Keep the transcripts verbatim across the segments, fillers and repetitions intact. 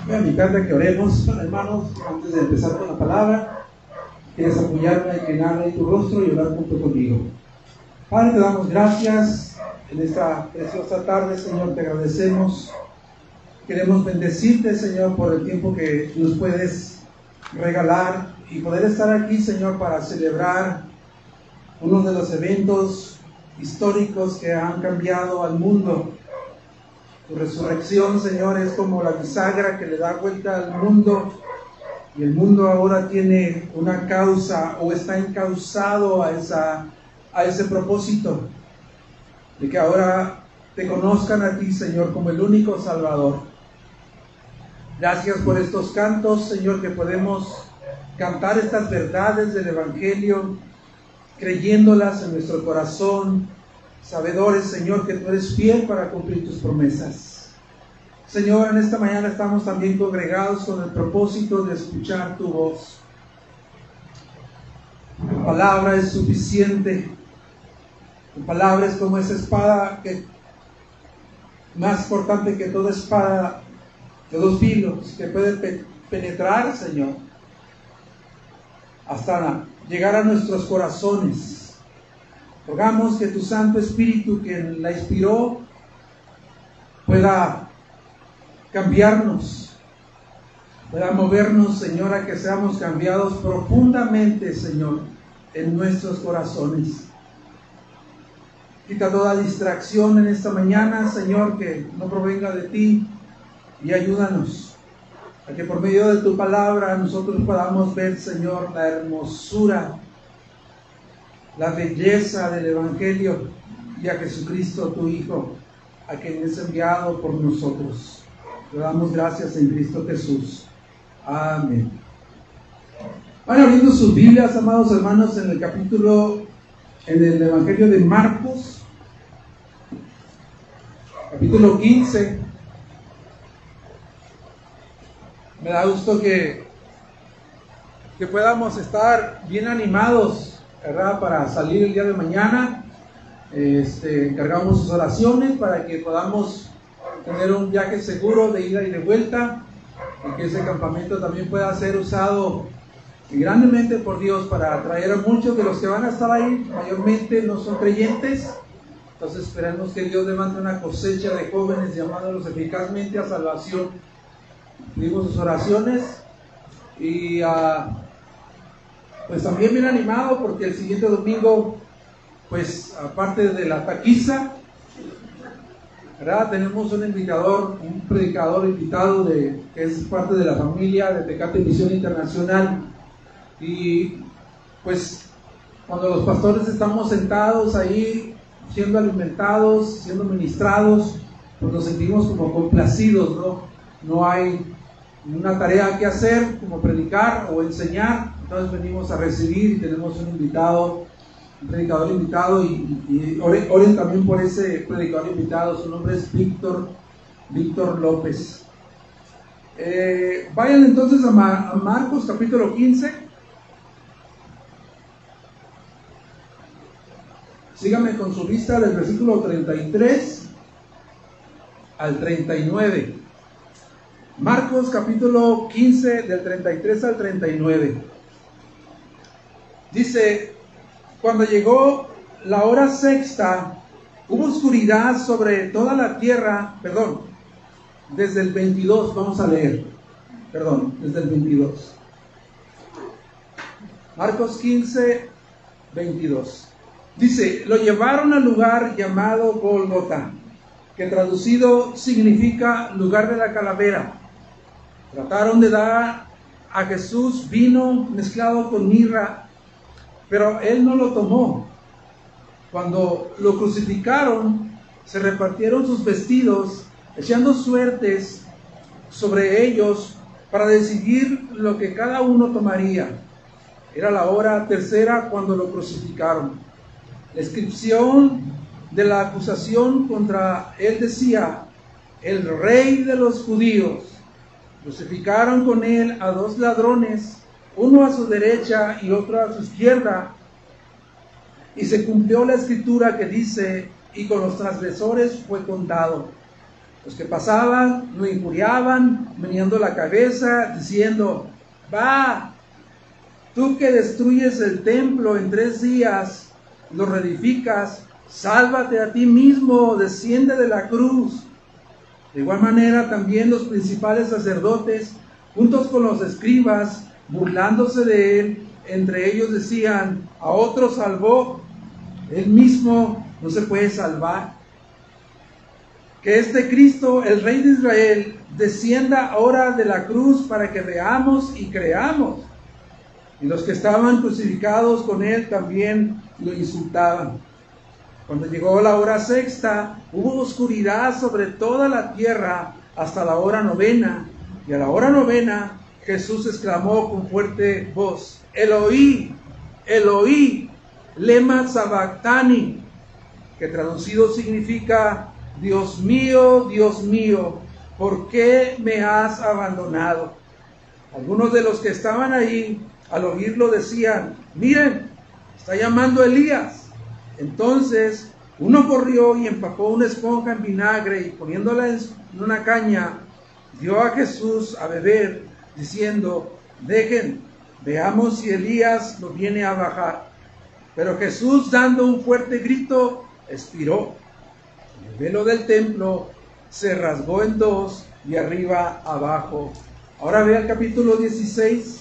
Voy a invitarte a que oremos, hermanos, antes de empezar con la palabra. Quieres apoyarme a inclinar ahí tu rostro y orar junto conmigo. Padre, te damos gracias en esta preciosa tarde, Señor, te agradecemos. Queremos bendecirte, Señor, por el tiempo que nos puedes regalar y poder estar aquí, Señor, para celebrar uno de los eventos históricos que han cambiado al mundo. Tu resurrección, Señor, es como la bisagra que le da vuelta al mundo, y el mundo ahora tiene una causa o está encauzado a, esa, a ese propósito de que ahora te conozcan a ti, Señor, como el único Salvador. Gracias por estos cantos, Señor, que podemos cantar estas verdades del Evangelio, creyéndolas en nuestro corazón, sabedores, Señor, que tú eres fiel para cumplir tus promesas. Señor, en esta mañana estamos también congregados con el propósito de escuchar tu voz. Tu palabra es suficiente. Tu palabra es como esa espada que, más cortante que toda espada de dos filos, que puede pe- penetrar, Señor, hasta llegar a nuestros corazones. Rogamos que tu Santo Espíritu, que la inspiró, pueda cambiarnos, pueda movernos, Señor, a que seamos cambiados profundamente, Señor, en nuestros corazones. Quita toda distracción en esta mañana, Señor, que no provenga de ti, y ayúdanos a que por medio de tu palabra nosotros podamos ver, Señor, la hermosura, la belleza del Evangelio y a Jesucristo, tu Hijo, a quien es enviado por nosotros. Te damos gracias en Cristo Jesús. Amén. Van abriendo sus Biblias, amados hermanos, en el capítulo, en el Evangelio de Marcos, capítulo quince. Me da gusto que, que podamos estar bien animados, ¿verdad?, para salir el día de mañana. Este, encargamos sus oraciones para que podamos tener un viaje seguro de ida y de vuelta, y que ese campamento también pueda ser usado grandemente por Dios para atraer a muchos de los que van a estar ahí. Mayormente no son creyentes, entonces esperamos que Dios levante una cosecha de jóvenes llamándolos eficazmente a salvación. Pedimos sus oraciones y uh, pues también bien animado porque el siguiente domingo, pues aparte de la taquiza, ¿verdad?, tenemos un invitador, un predicador invitado de, que es parte de la familia de Tecate Misión Internacional. Y pues cuando los pastores estamos sentados ahí siendo alimentados, siendo ministrados, pues nos sentimos como complacidos, ¿no? No hay una tarea que hacer como predicar o enseñar, entonces venimos a recibir y tenemos un invitado, un predicador invitado, y, y, y oren, oren también por ese predicador invitado. Su nombre es Víctor, Víctor López. Eh, vayan entonces a, Mar, a Marcos capítulo quince. Síganme con su vista del versículo treinta y tres al treinta y nueve. Marcos capítulo quince, del treinta y tres al treinta y nueve. Dice: cuando llegó la hora sexta, hubo oscuridad sobre toda la tierra. Perdón, desde el veintidós vamos a leer. Perdón, desde el veintidós. Marcos quince, veintidós. Dice: lo llevaron al lugar llamado Gólgota, que traducido significa lugar de la calavera. Trataron de dar a Jesús vino mezclado con mirra, pero él no lo tomó. Cuando lo crucificaron, se repartieron sus vestidos, echando suertes sobre ellos para decidir lo que cada uno tomaría. Era la hora tercera cuando lo crucificaron. La inscripción de la acusación contra él decía: el rey de los judíos. Crucificaron con él a dos ladrones, uno a su derecha y otro a su izquierda. Y se cumplió la escritura que dice: y con los transgresores fue contado. Los que pasaban lo injuriaban, meneando la cabeza, diciendo: va, tú que destruyes el templo en tres días, lo reedificas, sálvate a ti mismo, desciende de la cruz. De igual manera también los principales sacerdotes, juntos con los escribas, burlándose de él, entre ellos decían: a otro salvó, él mismo no se puede salvar. Que este Cristo, el Rey de Israel, descienda ahora de la cruz para que veamos y creamos. Y los que estaban crucificados con él también lo insultaban. Cuando llegó la hora sexta, hubo oscuridad sobre toda la tierra hasta la hora novena. Y a la hora novena, Jesús exclamó con fuerte voz: Eloí, Eloí, lema sabactani, que traducido significa: Dios mío, Dios mío, ¿por qué me has abandonado? Algunos de los que estaban ahí, al oírlo, decían: miren, está llamando a Elías. Entonces uno corrió y empapó una esponja en vinagre y poniéndola en una caña, dio a Jesús a beber, diciendo: dejen, veamos si Elías lo viene a bajar. Pero Jesús, dando un fuerte grito, expiró. El velo del templo se rasgó en dos, de arriba abajo. Ahora ve el capítulo dieciséis,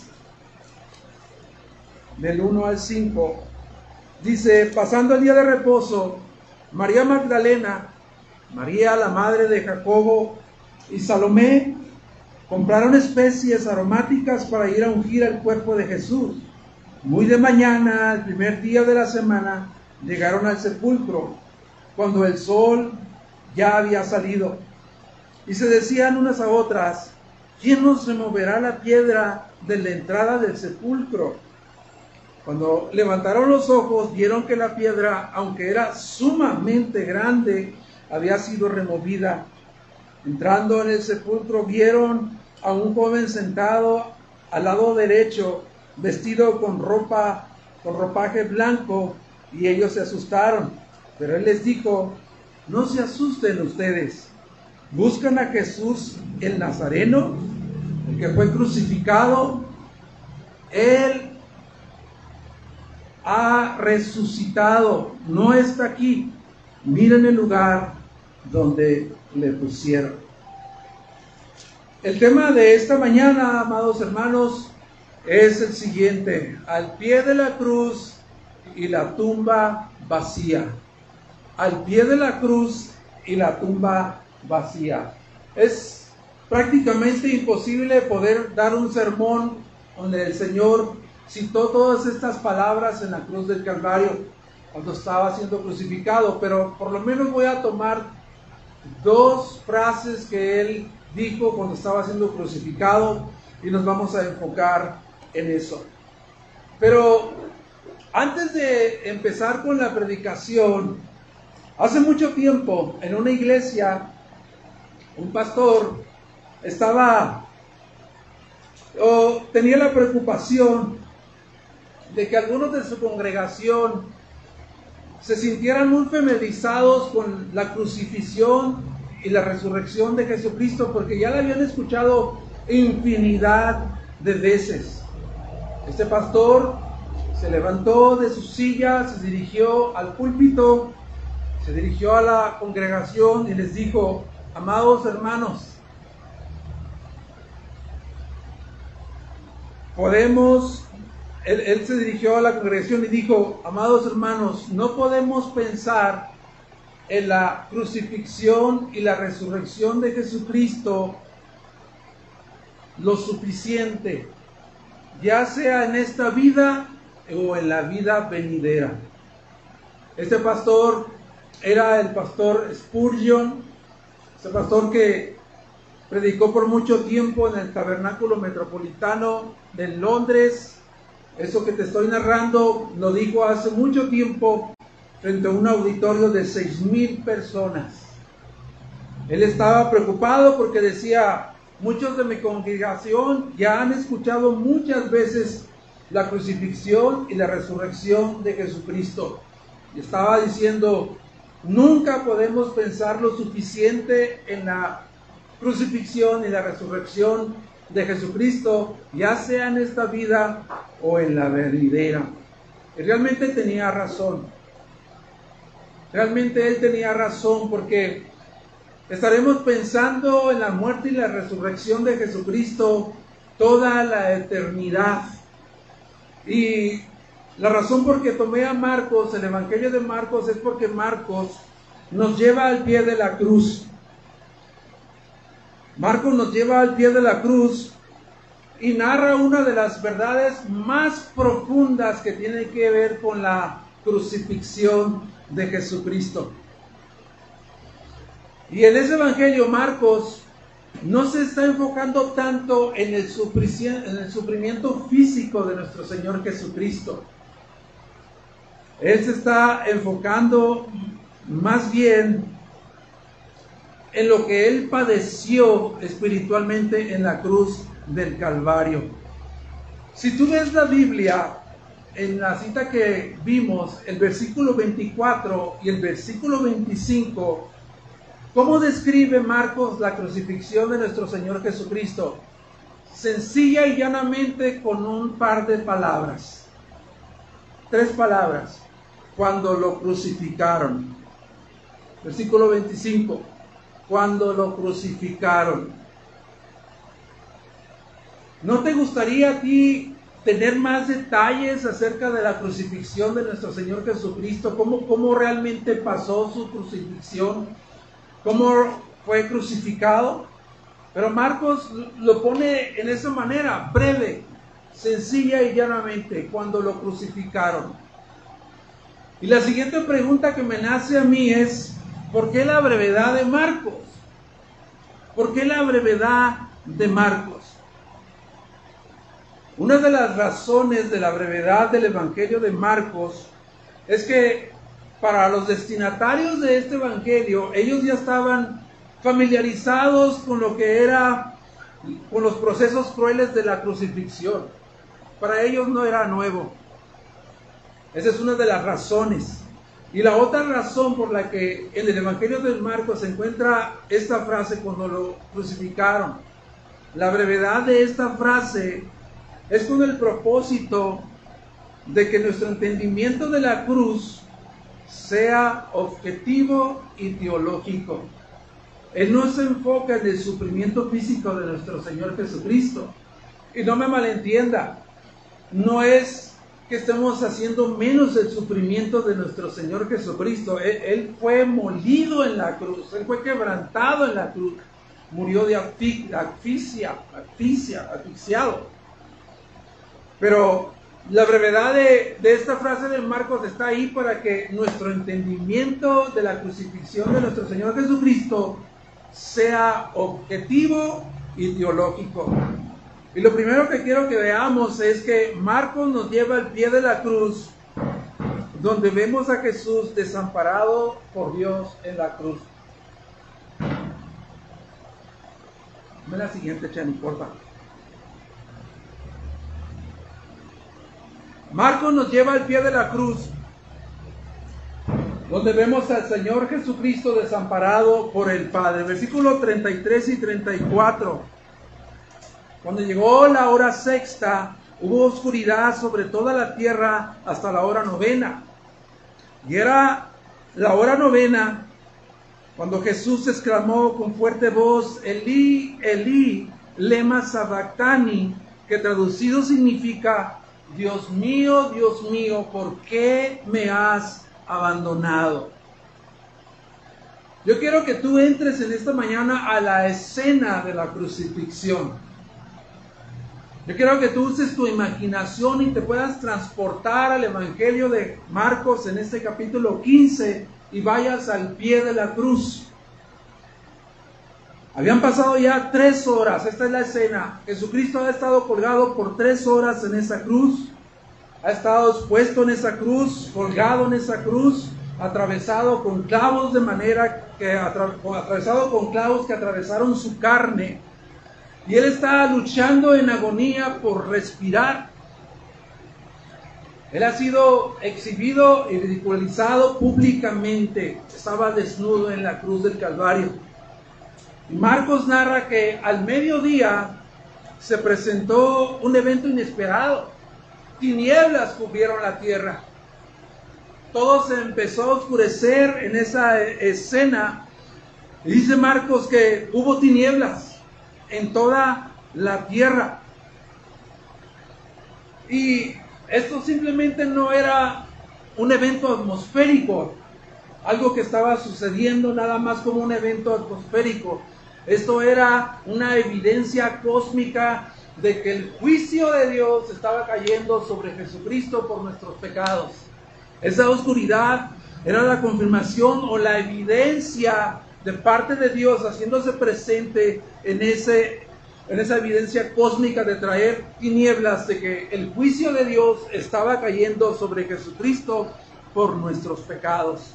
del uno al cinco. Dice: pasando el día de reposo, María Magdalena, María la madre de Jacobo y Salomé compraron especies aromáticas para ir a ungir el cuerpo de Jesús. Muy de mañana, el primer día de la semana, llegaron al sepulcro, cuando el sol ya había salido. Y se decían unas a otras: ¿quién nos removerá la piedra de la entrada del sepulcro? Cuando levantaron los ojos, vieron que la piedra, aunque era sumamente grande, había sido removida. Entrando en el sepulcro, vieron a un joven sentado al lado derecho, vestido con ropa, con ropaje blanco, y ellos se asustaron. Pero él les dijo: no se asusten ustedes. ¿Buscan a Jesús el Nazareno, el que fue crucificado? Él ha resucitado, no está aquí. Miren el lugar donde le pusieron. El tema de esta mañana, amados hermanos, es el siguiente: al pie de la cruz y la tumba vacía. Al pie de la cruz y la tumba vacía. Es prácticamente imposible poder dar un sermón donde el Señor citó todas estas palabras en la cruz del Calvario cuando estaba siendo crucificado, pero por lo menos voy a tomar dos frases que él dijo cuando estaba siendo crucificado y nos vamos a enfocar en eso. Pero antes de empezar con la predicación, hace mucho tiempo en una iglesia, un pastor estaba o tenía la preocupación de que algunos de su congregación se sintieran muy familiarizados con la crucifixión y la resurrección de Jesucristo, porque ya la habían escuchado infinidad de veces. Este pastor se levantó de su silla, se dirigió al púlpito, se dirigió a la congregación y les dijo: amados hermanos, podemos Él, él se dirigió a la congregación y dijo: amados hermanos, no podemos pensar en la crucifixión y la resurrección de Jesucristo lo suficiente, ya sea en esta vida o en la vida venidera. Este pastor era el pastor Spurgeon, este pastor que predicó por mucho tiempo en el Tabernáculo Metropolitano de Londres. Eso que te estoy narrando lo dijo hace mucho tiempo frente a un auditorio de seis mil personas. Él estaba preocupado porque decía: muchos de mi congregación ya han escuchado muchas veces la crucifixión y la resurrección de Jesucristo. Y estaba diciendo: Nunca podemos pensar lo suficiente en la crucifixión y la resurrección de Jesucristo, ya sea en esta vida o en la venidera. Y realmente tenía razón. Realmente él tenía razón, porque estaremos pensando en la muerte y la resurrección de Jesucristo toda la eternidad. Y la razón por que tomé a Marcos, el Evangelio de Marcos, es porque Marcos nos lleva al pie de la cruz. Marcos nos lleva al pie de la cruz y narra una de las verdades más profundas que tiene que ver con la crucifixión de Jesucristo. Y en ese Evangelio Marcos no se está enfocando tanto en el sufrimiento, en el sufrimiento físico de nuestro Señor Jesucristo. Él se está enfocando más bien en lo que Él padeció espiritualmente en la cruz del Calvario. Si tú ves la Biblia, en la cita que vimos, el versículo veinticuatro y el versículo veinticinco, ¿cómo describe Marcos la crucifixión de nuestro Señor Jesucristo? Sencilla y llanamente con un par de palabras. Tres palabras. Cuando lo crucificaron. Versículo veinticinco. Cuando lo crucificaron. ¿No te gustaría a ti tener más detalles acerca de la crucifixión de nuestro Señor Jesucristo? ¿Cómo, cómo realmente pasó su crucifixión? ¿Cómo fue crucificado? Pero Marcos lo pone en esa manera, breve, sencilla y llanamente, cuando lo crucificaron. Y la siguiente pregunta que me nace a mí es, ¿por qué la brevedad de Marcos? ¿Por qué la brevedad de Marcos? Una de las razones de la brevedad del Evangelio de Marcos es que para los destinatarios de este Evangelio, ellos ya estaban familiarizados con lo que era, con los procesos crueles de la crucifixión. Para ellos no era nuevo. Esa es una de las razones. Y la otra razón por la que en el Evangelio de Marcos se encuentra esta frase cuando lo crucificaron. La brevedad de esta frase es con el propósito de que nuestro entendimiento de la cruz sea objetivo y teológico. Él no se enfoca en el sufrimiento físico de nuestro Señor Jesucristo. Y no me malentienda, no es que estemos haciendo menos el sufrimiento de nuestro Señor Jesucristo. Él, él fue molido en la cruz, Él fue quebrantado en la cruz, murió de asfixia, asfixia, asfixiado. Pero la brevedad de, de esta frase de Marcos está ahí para que nuestro entendimiento de la crucifixión de nuestro Señor Jesucristo sea objetivo y teológico. Y lo primero que quiero que veamos es que Marcos nos lleva al pie de la cruz, donde vemos a Jesús desamparado por Dios en la cruz. Dame la siguiente, Chani, porfa. Marcos nos lleva al pie de la cruz, donde vemos al Señor Jesucristo desamparado por el Padre. Versículos treinta y tres y treinta y cuatro. Cuando llegó la hora sexta, hubo oscuridad sobre toda la tierra hasta la hora novena. Y era la hora novena cuando Jesús exclamó con fuerte voz, Elí, Elí, lema sabactani, que traducido significa, Dios mío, Dios mío, ¿por qué me has abandonado? Yo quiero que tú entres en esta mañana a la escena de la crucifixión. Yo quiero que tú uses tu imaginación y te puedas transportar al Evangelio de Marcos en este capítulo quince y vayas al pie de la cruz. Habían pasado ya tres horas, esta es la escena. Jesucristo ha estado colgado por tres horas en esa cruz. Ha estado expuesto en esa cruz, colgado en esa cruz, atravesado con clavos de manera que, atra, atravesado con clavos que atravesaron su carne. Y Él está luchando en agonía por respirar. Él ha sido exhibido y ridiculizado públicamente. Estaba desnudo en la cruz del Calvario. Y Marcos narra que al mediodía se presentó un evento inesperado. Tinieblas cubrieron la tierra. Todo se empezó a oscurecer en esa escena. Y dice Marcos que hubo tinieblas en toda la tierra. Y esto simplemente no era un evento atmosférico, algo que estaba sucediendo nada más como un evento atmosférico. Esto era una evidencia cósmica de que el juicio de Dios estaba cayendo sobre Jesucristo por nuestros pecados. Esa oscuridad era la confirmación o la evidencia de parte de Dios haciéndose presente en ese en esa evidencia cósmica de traer tinieblas, de que el juicio de Dios estaba cayendo sobre Jesucristo por nuestros pecados.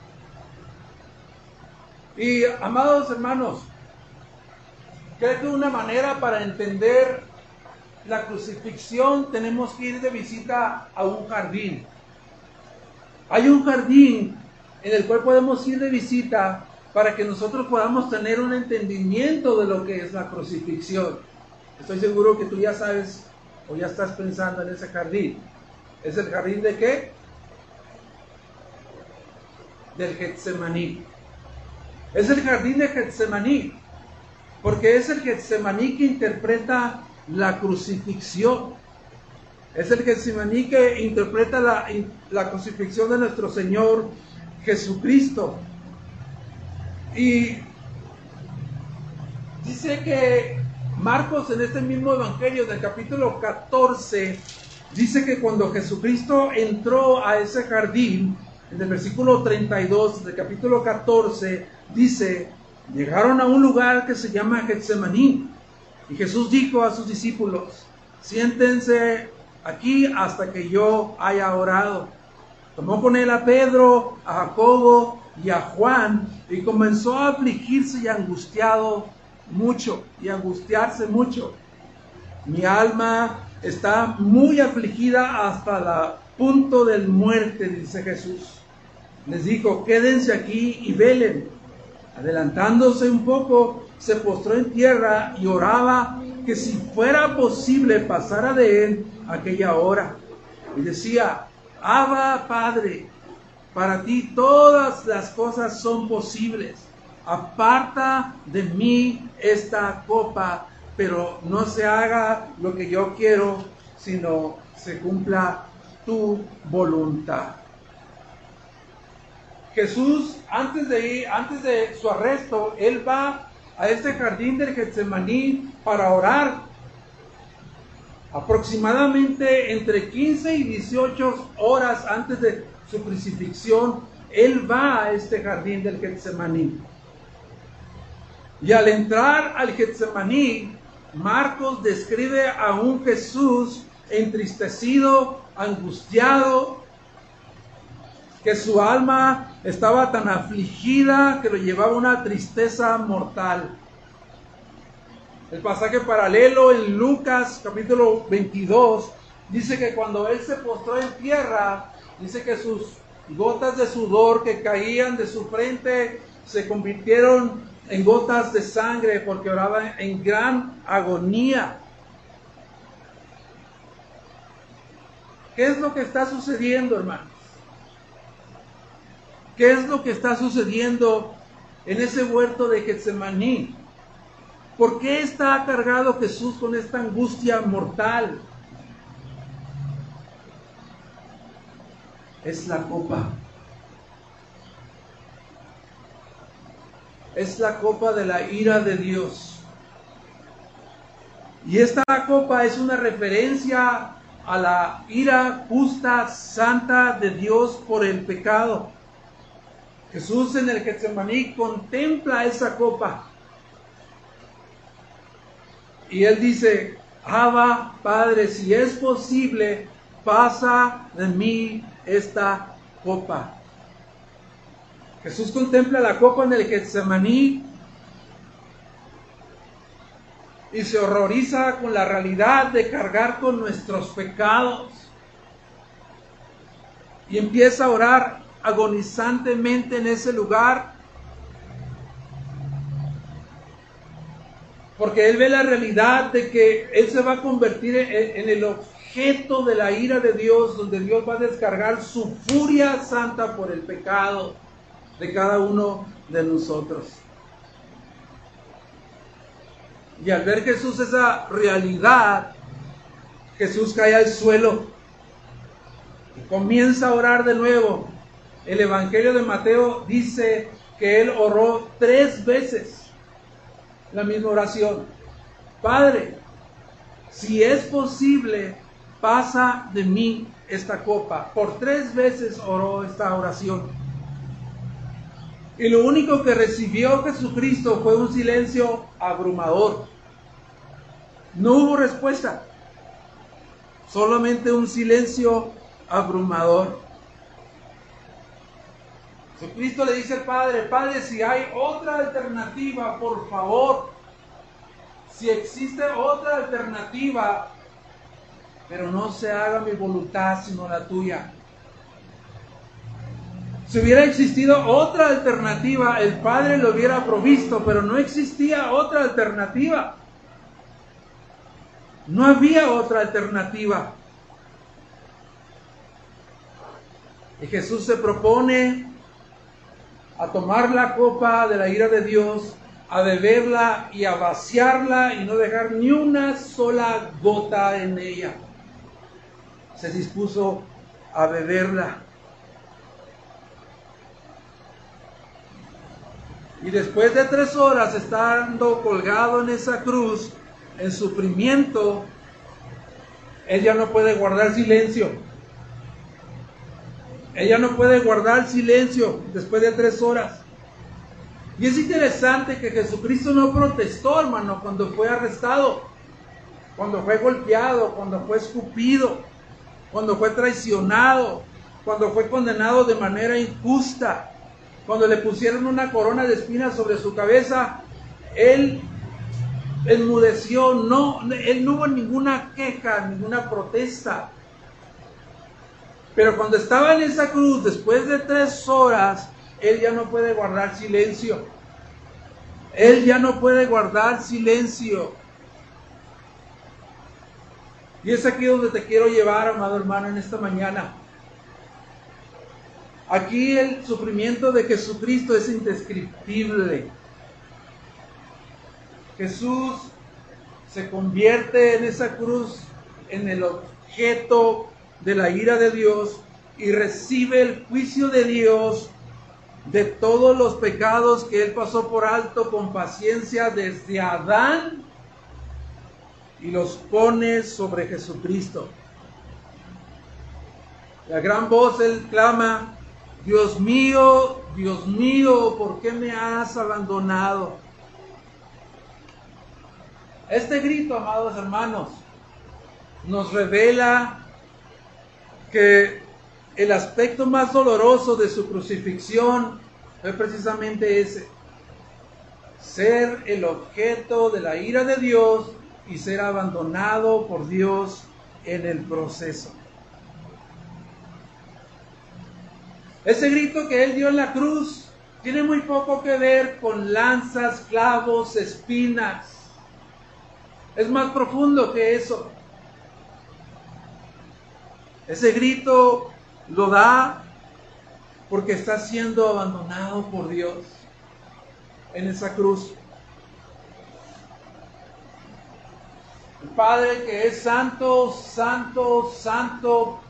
Y amados hermanos, creo que una manera para entender la crucifixión tenemos que ir de visita a un jardín. Hay un jardín en el cual podemos ir de visita para que nosotros podamos tener un entendimiento de lo que es la crucifixión. Estoy seguro que tú ya sabes o ya estás pensando en ese jardín. ¿Es el jardín de qué? Del Getsemaní. Es el jardín de Getsemaní, porque es el Getsemaní que interpreta la crucifixión. Es el Getsemaní que interpreta la, la crucifixión de nuestro Señor Jesucristo. Y dice que Marcos en este mismo evangelio del capítulo catorce dice que cuando Jesucristo entró a ese jardín, en el versículo treinta y dos del capítulo catorce dice: llegaron a un lugar que se llama Getsemaní y Jesús dijo a sus discípulos: siéntense aquí hasta que yo haya orado. Tomó con él a Pedro, a Jacobo y a Juan, y comenzó a afligirse y angustiado mucho, y angustiarse mucho. Mi alma está muy afligida hasta el punto de muerte, dice Jesús. Les dijo: quédense aquí y velen. Adelantándose un poco, se postró en tierra y oraba que si fuera posible pasara de él aquella hora. Y decía: Abba, Padre, para ti todas las cosas son posibles. Aparta de mí esta copa, pero no se haga lo que yo quiero, sino se cumpla tu voluntad. Jesús, antes de ir, antes de su arresto, él va a este jardín del Getsemaní para orar. Aproximadamente entre quince y dieciocho horas antes de su crucifixión, él va a este jardín del Getsemaní. Y al entrar al Getsemaní, Marcos describe a un Jesús entristecido, angustiado, que su alma estaba tan afligida que lo llevaba una tristeza mortal. El pasaje paralelo en Lucas capítulo veintidós dice que cuando él se postró en tierra, dice que sus gotas de sudor que caían de su frente se convirtieron en gotas de sangre porque oraba en gran agonía. ¿Qué es lo que está sucediendo, hermanos? ¿Qué es lo que está sucediendo en ese huerto de Getsemaní? ¿Por qué está cargado Jesús con esta angustia mortal? Es la copa. Es la copa de la ira de Dios. Y esta copa es una referencia a la ira justa, santa de Dios por el pecado. Jesús en el Getsemaní contempla esa copa. Y él dice: Abba, Padre, si es posible, pasa de mí esta copa. Jesús contempla la copa en el Getsemaní y se horroriza con la realidad de cargar con nuestros pecados. y empieza a orar agonizantemente en ese lugar, porque él ve la realidad de que él se va a convertir en, en el objeto de la ira de Dios, donde Dios va a descargar su furia santa por el pecado de cada uno de nosotros. Y al ver Jesús esa realidad, Jesús cae al suelo y comienza a orar de nuevo. El Evangelio de Mateo dice que él oró tres veces la misma oración. Padre, si es posible, pasa de mí esta copa. Por tres veces oró esta oración. Y lo único que recibió Jesucristo fue un silencio abrumador. No hubo respuesta. Solamente un silencio abrumador. Jesucristo le dice al Padre, Padre, si hay otra alternativa, por favor, si existe otra alternativa, pero no se haga mi voluntad sino la tuya. Si hubiera existido otra alternativa, el Padre lo hubiera provisto, pero no existía otra alternativa. No había otra alternativa. Y Jesús se propone a tomar la copa de la ira de Dios, a beberla y a vaciarla y no dejar ni una sola gota en ella. Se dispuso a beberla. Y después de tres horas estando colgado en esa cruz, en sufrimiento, él ya no puede guardar silencio. Ella no puede guardar silencio después de tres horas. Y es interesante que Jesucristo no protestó, hermano, cuando fue arrestado, cuando fue golpeado, cuando fue escupido, cuando fue traicionado, cuando fue condenado de manera injusta, cuando le pusieron una corona de espinas sobre su cabeza. Él enmudeció, no, él no hubo ninguna queja, ninguna protesta. Pero cuando estaba en esa cruz, después de tres horas, él ya no puede guardar silencio. Él ya no puede guardar silencio. Y es aquí donde te quiero llevar, amado hermano, en esta mañana. Aquí el sufrimiento de Jesucristo es indescriptible. Jesús se convierte en esa cruz en el objeto de la ira de Dios y recibe el juicio de Dios de todos los pecados que él pasó por alto con paciencia desde Adán, y los pone sobre Jesucristo. La gran voz él clama: Dios mío, Dios mío, ¿por qué me has abandonado? Este grito, amados hermanos, nos revela que el aspecto más doloroso de su crucifixión fue precisamente ese: ser el objeto de la ira de Dios y ser abandonado por Dios en el proceso. Ese grito que él dio en la cruz tiene muy poco que ver con lanzas, clavos, espinas. Es más profundo que eso. Ese grito lo da porque está siendo abandonado por Dios en esa cruz. El Padre, que es santo, santo, santo,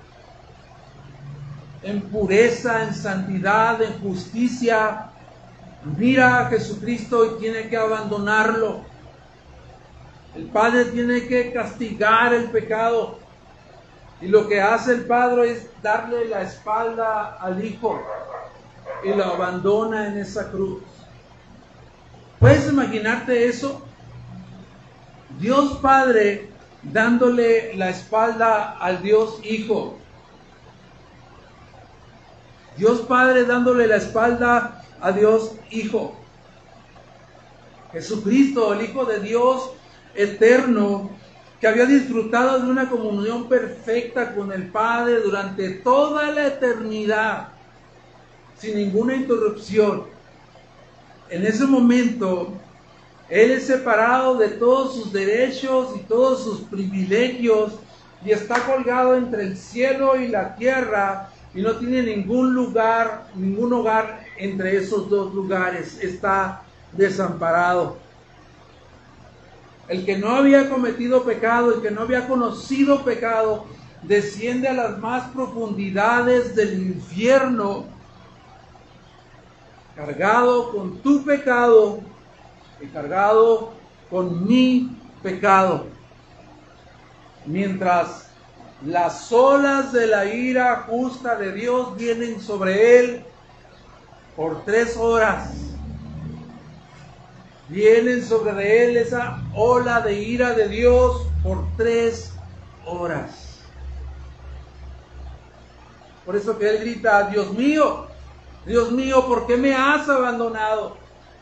en pureza, en santidad, en justicia, mira a Jesucristo y tiene que abandonarlo. El Padre tiene que castigar el pecado. Y lo que hace el Padre es darle la espalda al Hijo y lo abandona en esa cruz. ¿Puedes imaginarte eso? Dios Padre dándole la espalda al Dios Hijo. Dios Padre dándole la espalda a Dios Hijo. Jesucristo, el Hijo de Dios eterno, que había disfrutado de una comunión perfecta con el Padre durante toda la eternidad, sin ninguna interrupción. En ese momento, Él es separado de todos sus derechos y todos sus privilegios y está colgado entre el cielo y la tierra y no tiene ningún lugar, ningún hogar entre esos dos lugares. Está desamparado. El que no había cometido pecado, el que no había conocido pecado, desciende a las más profundidades del infierno, cargado con tu pecado y cargado con mi pecado. Mientras las olas de la ira justa de Dios vienen sobre él por tres horas. Vienen sobre él esa ola de ira de Dios por tres horas. Por eso que él grita: Dios mío, Dios mío, ¿por qué me has abandonado?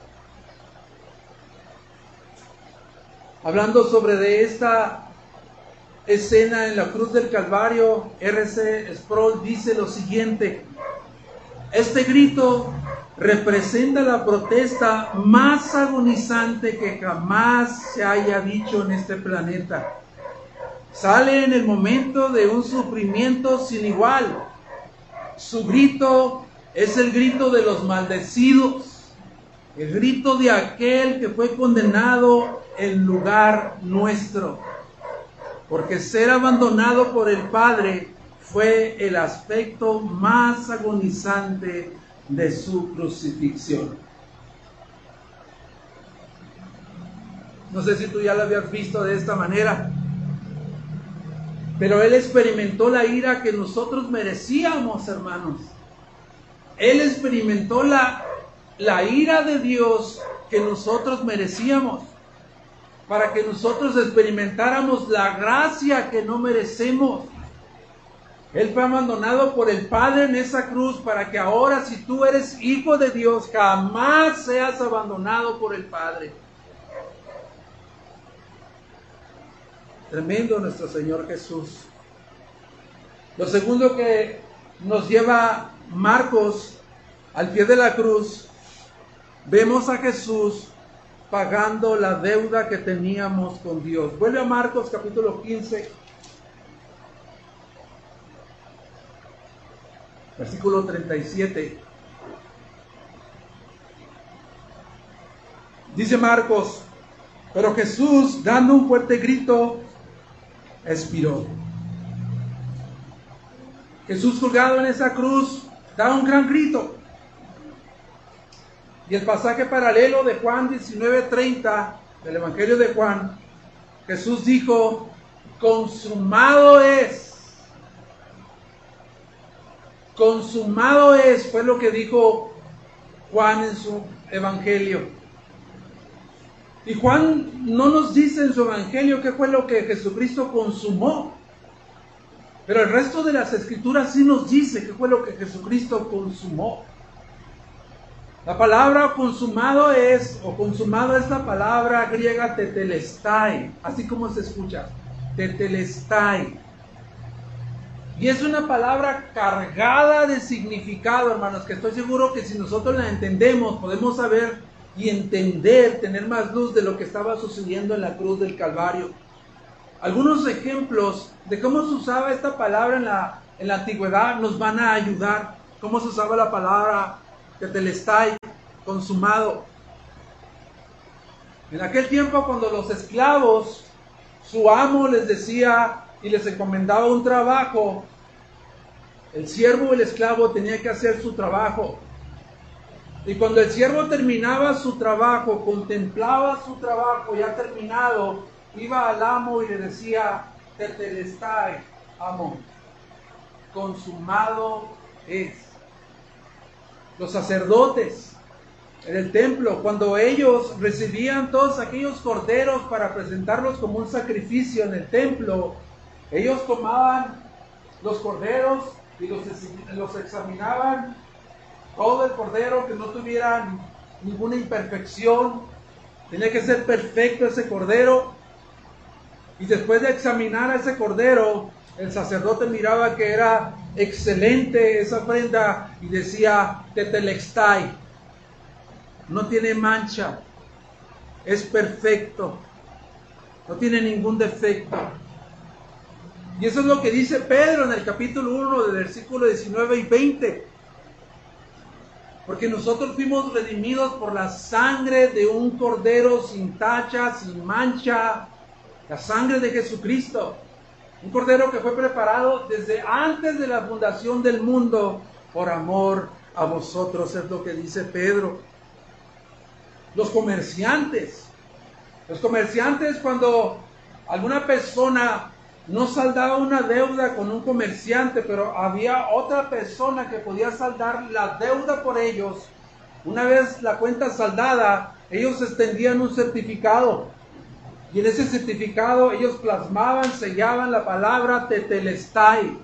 Hablando sobre de esta escena en la cruz del Calvario, R C Sproul dice lo siguiente: este grito representa la protesta más agonizante que jamás se haya dicho en este planeta. Sale en el momento de un sufrimiento sin igual. Su grito es el grito de los maldecidos, el grito de aquel que fue condenado en lugar nuestro. Porque ser abandonado por el Padre fue el aspecto más agonizante de su crucifixión. No sé si tú ya lo habías visto de esta manera, pero Él experimentó la ira que nosotros merecíamos, hermanos. Él experimentó la, la ira de Dios que nosotros merecíamos, para que nosotros experimentáramos la gracia que no merecemos. Él fue abandonado por el Padre en esa cruz para que ahora, si tú eres hijo de Dios, jamás seas abandonado por el Padre. Tremendo nuestro Señor Jesús. Lo segundo que nos lleva Marcos al pie de la cruz, vemos a Jesús pagando la deuda que teníamos con Dios. Vuelve a Marcos capítulo quince, versículo treinta y siete. Dice Marcos: pero Jesús, dando un fuerte grito, expiró. Jesús colgado en esa cruz da un gran grito. Y el pasaje paralelo de Juan diecinueve treinta, del Evangelio de Juan, Jesús dijo: consumado es. Consumado es, fue lo que dijo Juan en su Evangelio. Y Juan no nos dice en su Evangelio qué fue lo que Jesucristo consumó. Pero el resto de las Escrituras sí nos dice qué fue lo que Jesucristo consumó. La palabra consumado es, o consumado es la palabra griega tetelestai, así como se escucha, tetelestai. Y es una palabra cargada de significado, hermanos, que estoy seguro que si nosotros la entendemos, podemos saber y entender, tener más luz de lo que estaba sucediendo en la cruz del Calvario. Algunos ejemplos de cómo se usaba esta palabra en la, en la antigüedad nos van a ayudar. Cómo se usaba la palabra tetelestai, consumado. En aquel tiempo, cuando los esclavos, su amo les decía y les encomendaba un trabajo, el siervo o el esclavo tenía que hacer su trabajo. Y cuando el siervo terminaba su trabajo, contemplaba su trabajo ya terminado, iba al amo y le decía: tetelestai, amo, consumado es. Los sacerdotes en el templo, cuando ellos recibían todos aquellos corderos para presentarlos como un sacrificio en el templo, ellos tomaban los corderos y los, los examinaban, todo el cordero, que no tuviera ninguna imperfección, tenía que ser perfecto ese cordero. Y después de examinar a ese cordero, el sacerdote miraba que era excelente esa ofrenda y decía, tetelestai, no tiene mancha, es perfecto, no tiene ningún defecto. Y eso es lo que dice Pedro en el capítulo uno, del versículo diecinueve y veinte. Porque nosotros fuimos redimidos por la sangre de un cordero sin tacha, sin mancha, la sangre de Jesucristo. Un cordero que fue preparado desde antes de la fundación del mundo por amor a vosotros, es lo que dice Pedro. Los comerciantes, los comerciantes cuando alguna persona no saldaba una deuda con un comerciante, pero había otra persona que podía saldar la deuda por ellos, una vez la cuenta saldada, ellos extendían un certificado. Y en ese certificado ellos plasmaban, sellaban la palabra tetelestai.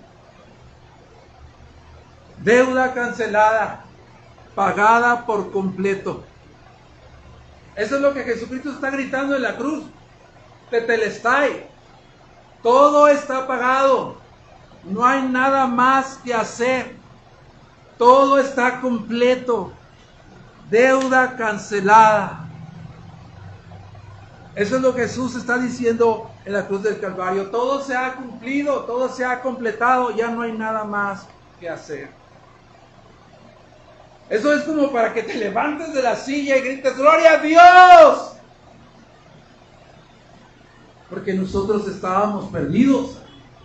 Deuda cancelada, pagada por completo. Eso es lo que Jesucristo está gritando en la cruz. Tetelestai. Todo está pagado. No hay nada más que hacer. Todo está completo. Deuda cancelada. Eso es lo que Jesús está diciendo en la cruz del Calvario. Todo se ha cumplido, todo se ha completado, ya no hay nada más que hacer. Eso es como para que te levantes de la silla y grites, ¡Gloria a Dios! Porque nosotros estábamos perdidos.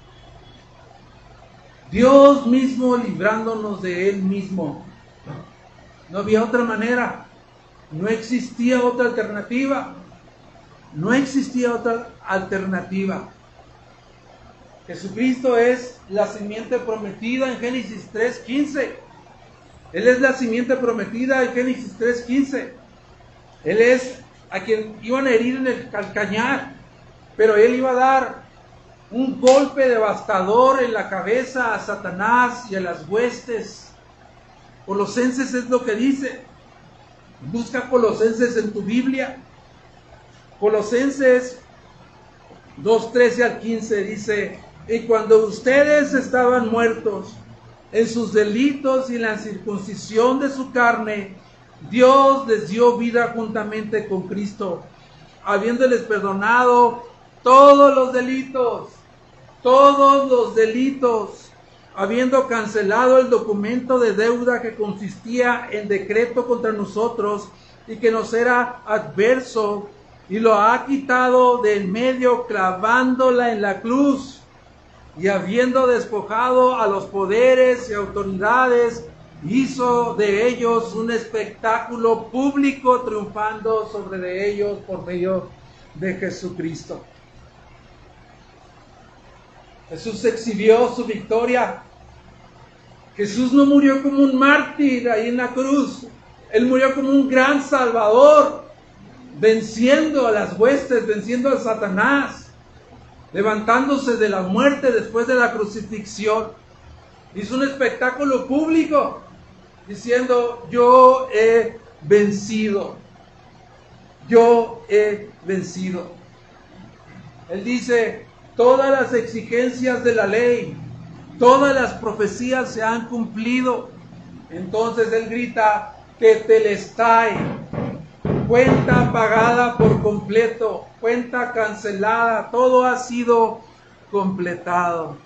Dios mismo librándonos de Él mismo. No había otra manera. No existía otra alternativa. No existía otra alternativa. Jesucristo es la simiente prometida en Génesis tres quince. Él es la simiente prometida en Génesis tres quince. Él es a quien iban a herir en el calcañar, pero Él iba a dar un golpe devastador en la cabeza a Satanás y a las huestes. Colosenses es lo que dice. Busca Colosenses en tu Biblia. Colosenses dos, trece al quince dice, y cuando ustedes estaban muertos en sus delitos y en la circuncisión de su carne, Dios les dio vida juntamente con Cristo, habiéndoles perdonado todos los delitos, todos los delitos, habiendo cancelado el documento de deuda que consistía en decreto contra nosotros y que nos era adverso, y lo ha quitado de en medio clavándola en la cruz, y habiendo despojado a los poderes y autoridades, hizo de ellos un espectáculo público, triunfando sobre de ellos por medio de Jesucristo. Jesús exhibió su victoria. Jesús no murió como un mártir ahí en la cruz. Él murió como un gran salvador, venciendo a las huestes, venciendo a Satanás, levantándose de la muerte después de la crucifixión. Hizo un espectáculo público, diciendo, yo he vencido, yo he vencido. Él dice, todas las exigencias de la ley, todas las profecías se han cumplido. Entonces Él grita, tetelestai. Cuenta pagada por completo, cuenta cancelada, todo ha sido completado.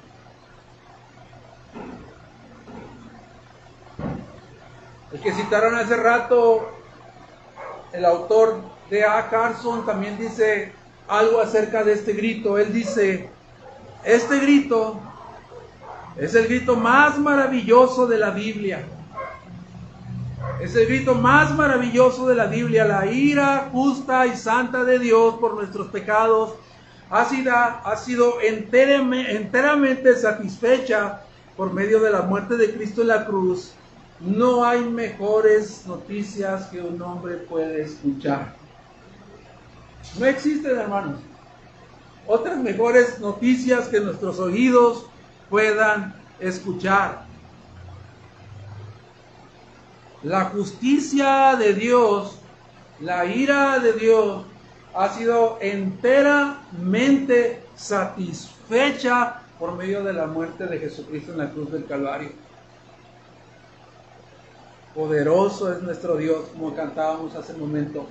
El que citaron hace rato, el autor de A. Carson, también dice algo acerca de este grito. Él dice, este grito es el grito más maravilloso de la Biblia. Es el grito más maravilloso de la Biblia. La ira justa y santa de Dios por nuestros pecados ha sido, ha sido enteramente, enteramente satisfecha por medio de la muerte de Cristo en la cruz. No hay mejores noticias que un hombre puede escuchar. No existen, hermanos, otras mejores noticias que nuestros oídos puedan escuchar. La justicia de Dios, la ira de Dios, ha sido enteramente satisfecha por medio de la muerte de Jesucristo en la cruz del Calvario. Poderoso es nuestro Dios, como cantábamos hace un momento.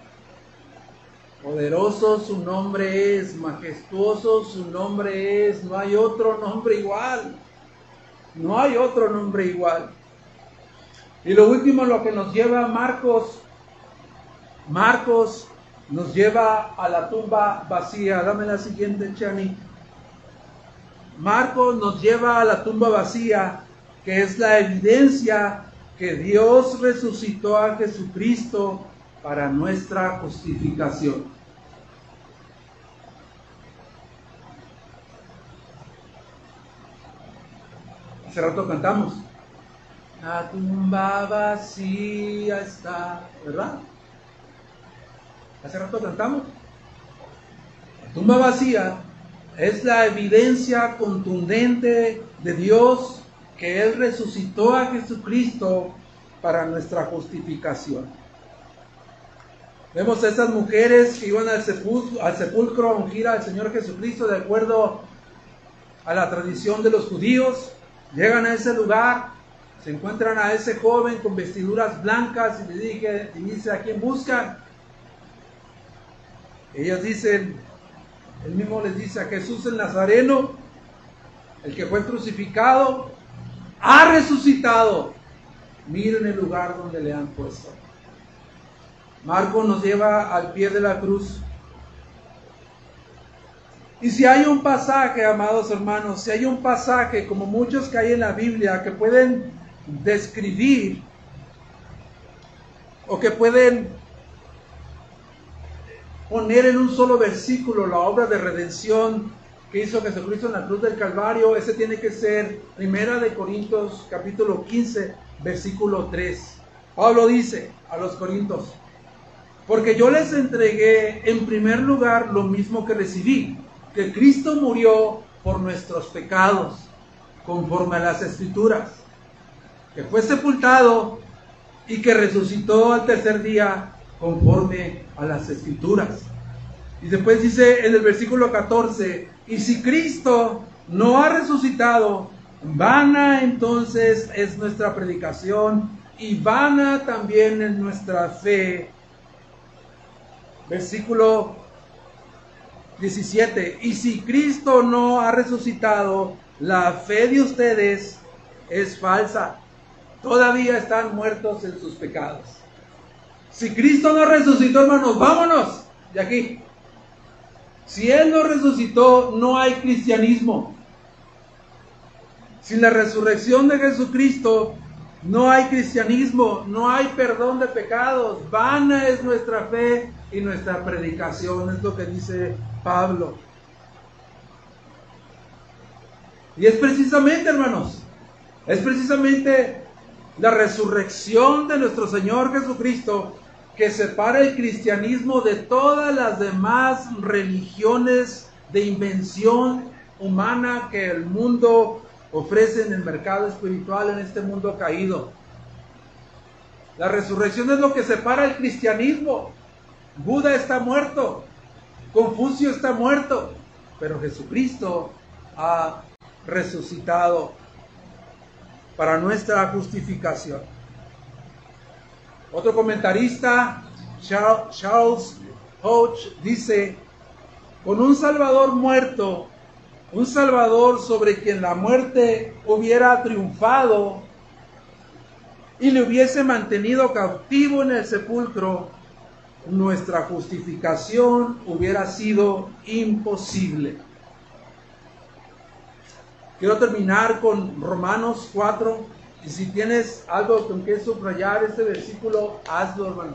Poderoso su nombre es, majestuoso su nombre es, no hay otro nombre igual. No hay otro nombre igual. Y lo último, lo que nos lleva a Marcos, Marcos nos lleva a la tumba vacía. Dame la siguiente, Chani. Marcos nos lleva a la tumba vacía, que es la evidencia que Dios resucitó a Jesucristo para nuestra justificación. Hace rato cantamos, la tumba vacía está, ¿verdad? Hace rato cantamos. La tumba vacía es la evidencia contundente de Dios que Él resucitó a Jesucristo para nuestra justificación. Vemos a esas mujeres que iban al sepulcro, al sepulcro a ungir al Señor Jesucristo de acuerdo a la tradición de los judíos. Llegan a ese lugar, se encuentran a ese joven con vestiduras blancas y le dije, y dice, ¿a quién buscan? Ellos dicen, él mismo les dice, a Jesús el Nazareno, el que fue crucificado, ha resucitado. Miren el lugar donde le han puesto. Marcos nos lleva al pie de la cruz. Y si hay un pasaje, amados hermanos, si hay un pasaje como muchos que hay en la Biblia que pueden describir o que pueden poner en un solo versículo la obra de redención que hizo Jesucristo en la cruz del Calvario, ese tiene que ser Primera de Corintios capítulo quince, versículo tres. Pablo dice a los Corintios, porque yo les entregué en primer lugar lo mismo que recibí, que Cristo murió por nuestros pecados, conforme a las Escrituras, que fue sepultado y que resucitó al tercer día, conforme a las Escrituras. Y después dice en el versículo catorce, y si Cristo no ha resucitado, vana entonces es nuestra predicación y vana también es nuestra fe. Versículo diecisiete, y si Cristo no ha resucitado, la fe de ustedes es falsa, todavía están muertos en sus pecados. Si Cristo no resucitó, hermanos, vámonos de aquí. Si Él no resucitó, no hay cristianismo. Sin la resurrección de Jesucristo, no hay cristianismo, no hay perdón de pecados. Vana es nuestra fe y nuestra predicación, es lo que dice Pablo. Y es precisamente, hermanos, es precisamente la resurrección de nuestro Señor Jesucristo que separa el cristianismo de todas las demás religiones de invención humana que el mundo ofrece en el mercado espiritual, en este mundo caído. La resurrección es lo que separa el cristianismo. Buda está muerto, Confucio está muerto, pero Jesucristo ha resucitado para nuestra justificación. Otro comentarista, Charles Hodge, dice, con un Salvador muerto, un Salvador sobre quien la muerte hubiera triunfado y le hubiese mantenido cautivo en el sepulcro, nuestra justificación hubiera sido imposible. Quiero terminar con Romanos cuatro, y si tienes algo con que subrayar este versículo, hazlo, hermano.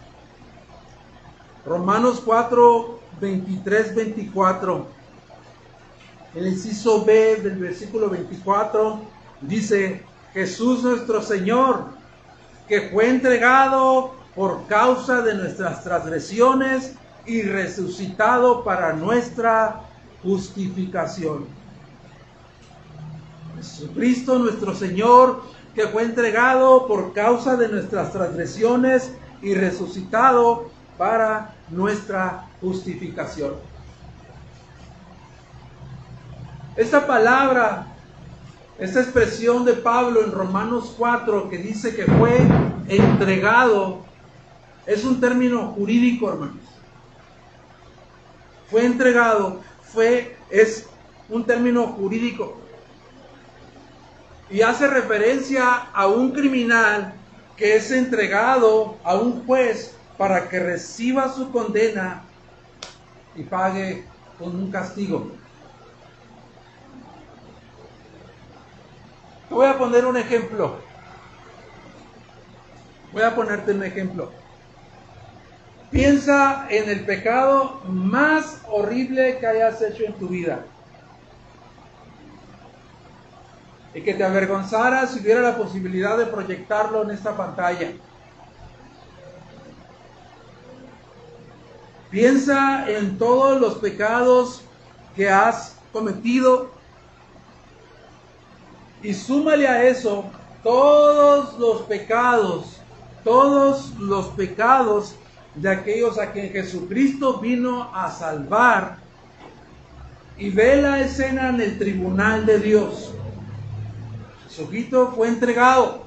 Romanos cuatro, veintitrés, veinticuatro. El inciso B del versículo veinticuatro dice, Jesús nuestro Señor, que fue entregado por causa de nuestras transgresiones y resucitado para nuestra justificación. Jesucristo nuestro Señor, que fue entregado por causa de nuestras transgresiones y resucitado para nuestra justificación. Esta palabra, esta expresión de Pablo en Romanos cuatro que dice que fue entregado, es un término jurídico, hermanos. Fue entregado, fue, es un término jurídico. Y hace referencia a un criminal que es entregado a un juez para que reciba su condena y pague con un castigo. Te voy a poner un ejemplo. Voy a ponerte un ejemplo. Piensa en el pecado más horrible que hayas hecho en tu vida. Y que te avergonzara si hubiera la posibilidad de proyectarlo en esta pantalla. Piensa en todos los pecados que has cometido y súmale a eso todos los pecados, todos los pecados de aquellos a quien Jesucristo vino a salvar, y ve la escena en el tribunal de Dios. Jesucristo fue entregado.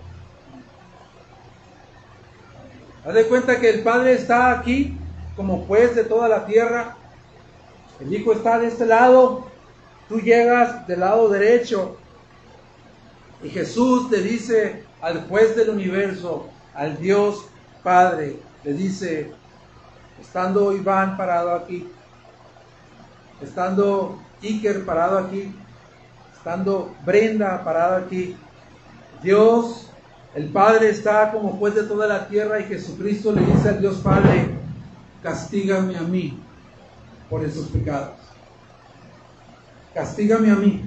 Haz de cuenta que el Padre está aquí como juez de toda la tierra. El Hijo está de este lado. Tú llegas del lado derecho. Y Jesús le dice al juez del universo, al Dios Padre, le dice, estando Iván parado aquí, estando Iker parado aquí, estando Brenda parado aquí, Dios, el Padre está como juez de toda la tierra, y Jesucristo le dice al Dios Padre, castígame a mí por esos pecados. Castígame a mí.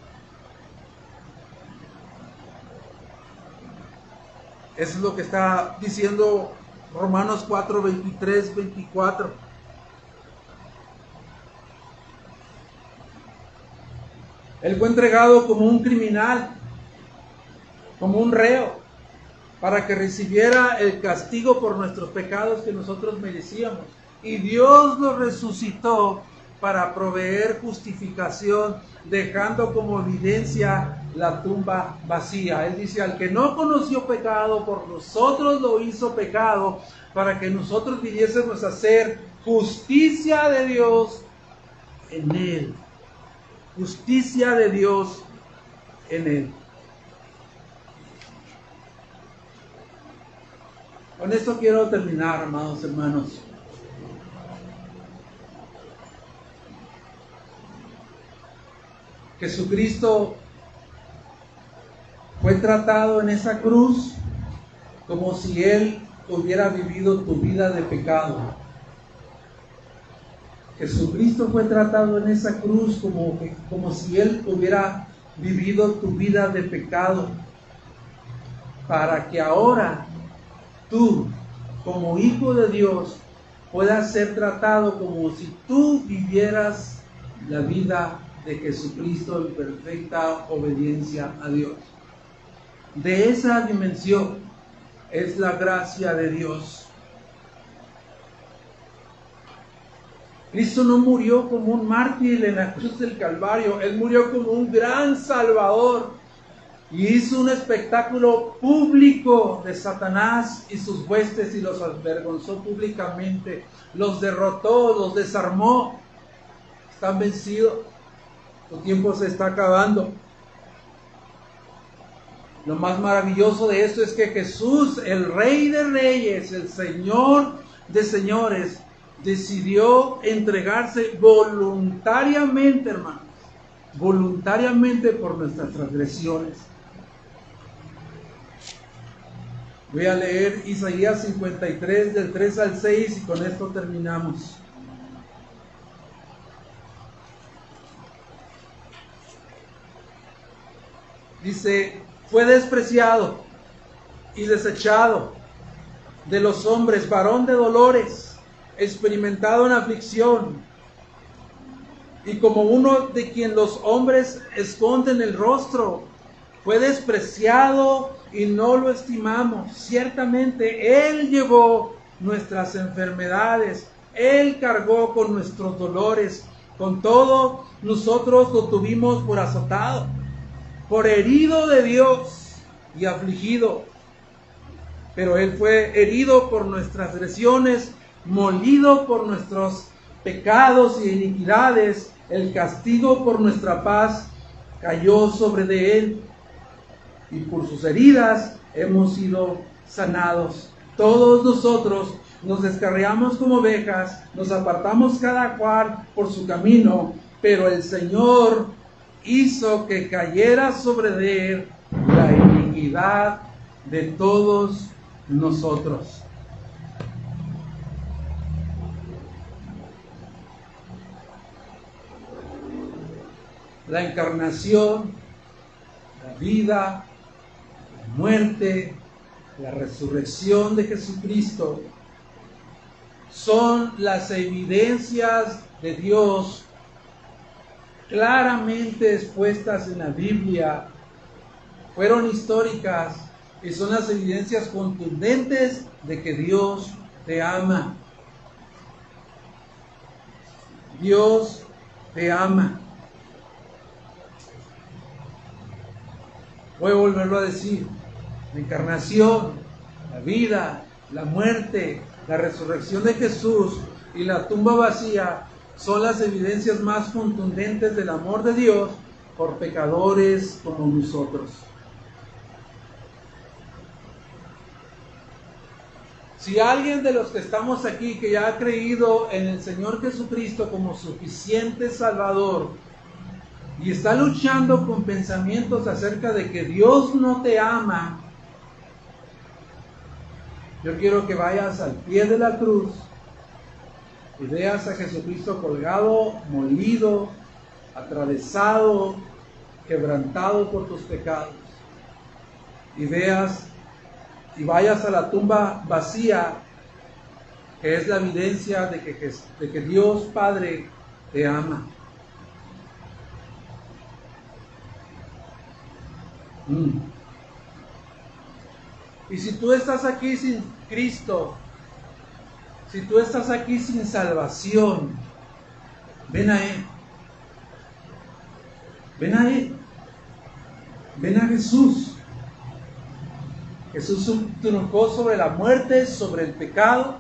Eso es lo que está diciendo Romanos cuatro, veintitrés, veinticuatro. Él fue entregado como un criminal, como un reo, para que recibiera el castigo por nuestros pecados que nosotros merecíamos. Y Dios lo resucitó para proveer justificación, dejando como evidencia la tumba vacía. Él dice, al que no conoció pecado, por nosotros lo hizo pecado, para que nosotros viniésemos a hacer justicia de Dios en él. Justicia de Dios en él. Con esto quiero terminar, amados hermanos. Jesucristo fue tratado en esa cruz como si Él hubiera vivido tu vida de pecado. Jesucristo fue tratado en esa cruz como, como si Él hubiera vivido tu vida de pecado, para que ahora tú, como hijo de Dios, puedas ser tratado como si tú vivieras la vida de Jesucristo en perfecta obediencia a Dios. De esa dimensión es la gracia de Dios. Cristo no murió como un mártir en la cruz del Calvario. Él murió como un gran Salvador y hizo un espectáculo público de Satanás y sus huestes y los avergonzó públicamente, los derrotó, los desarmó. Están vencidos. Tu tiempo se está acabando. Lo más maravilloso de esto es que Jesús, el Rey de Reyes, el Señor de Señores, decidió entregarse voluntariamente, hermanos, voluntariamente por nuestras transgresiones. Voy a leer Isaías cincuenta y tres del tres al seis y con esto terminamos. Dice, fue despreciado y desechado de los hombres, varón de dolores, experimentado en aflicción, y como uno de quien los hombres esconden el rostro, fue despreciado y no lo estimamos. Ciertamente Él llevó nuestras enfermedades, Él cargó con nuestros dolores, Con todo, nosotros lo tuvimos por azotado, por herido de Dios y afligido. Pero Él fue herido por nuestras transgresiones, molido por nuestros pecados y iniquidades. El castigo por nuestra paz cayó sobre de Él, y por sus heridas hemos sido sanados. Todos nosotros nos descarriamos como ovejas, nos apartamos cada cual por su camino, pero el Señor hizo que cayera sobre de Él la iniquidad de todos nosotros. La encarnación, la vida, la muerte, la resurrección de Jesucristo son las evidencias de Dios claramente expuestas en la Biblia. Fueron históricas y son las evidencias contundentes de que Dios te ama. Dios te ama. Voy a volverlo a decir. La encarnación, la vida, la muerte, la resurrección de Jesús y la tumba vacía son las evidencias más contundentes del amor de Dios por pecadores como nosotros. Si alguien de los que estamos aquí que ya ha creído en el Señor Jesucristo como suficiente Salvador y está luchando con pensamientos acerca de que Dios no te ama, yo quiero que vayas al pie de la cruz y veas a Jesucristo colgado, molido, atravesado, quebrantado por tus pecados. Y veas y vayas a la tumba vacía, que es la evidencia de que, de que Dios Padre te ama. Mm. Y si tú estás aquí sin Cristo, si tú estás aquí sin salvación, ven a Él. Ven a Él. Ven a Jesús. Jesús triunfó sobre la muerte, sobre el pecado.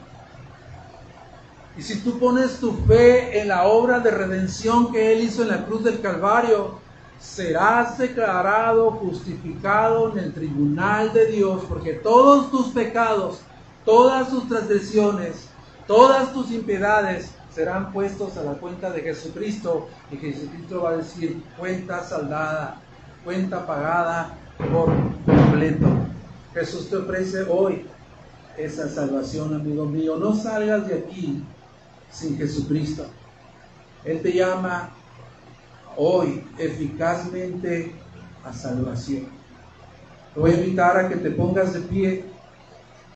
Y si tú pones tu fe en la obra de redención que Él hizo en la cruz del Calvario, serás declarado justificado en el tribunal de Dios, porque todos tus pecados, todas tus transgresiones, todas tus impiedades serán puestos a la cuenta de Jesucristo, y Jesucristo va a decir: cuenta saldada, cuenta pagada por completo. Jesús te ofrece hoy esa salvación, amigo mío. No salgas de aquí sin Jesucristo. Él te llama hoy eficazmente a salvación. Te voy a invitar a que te pongas de pie.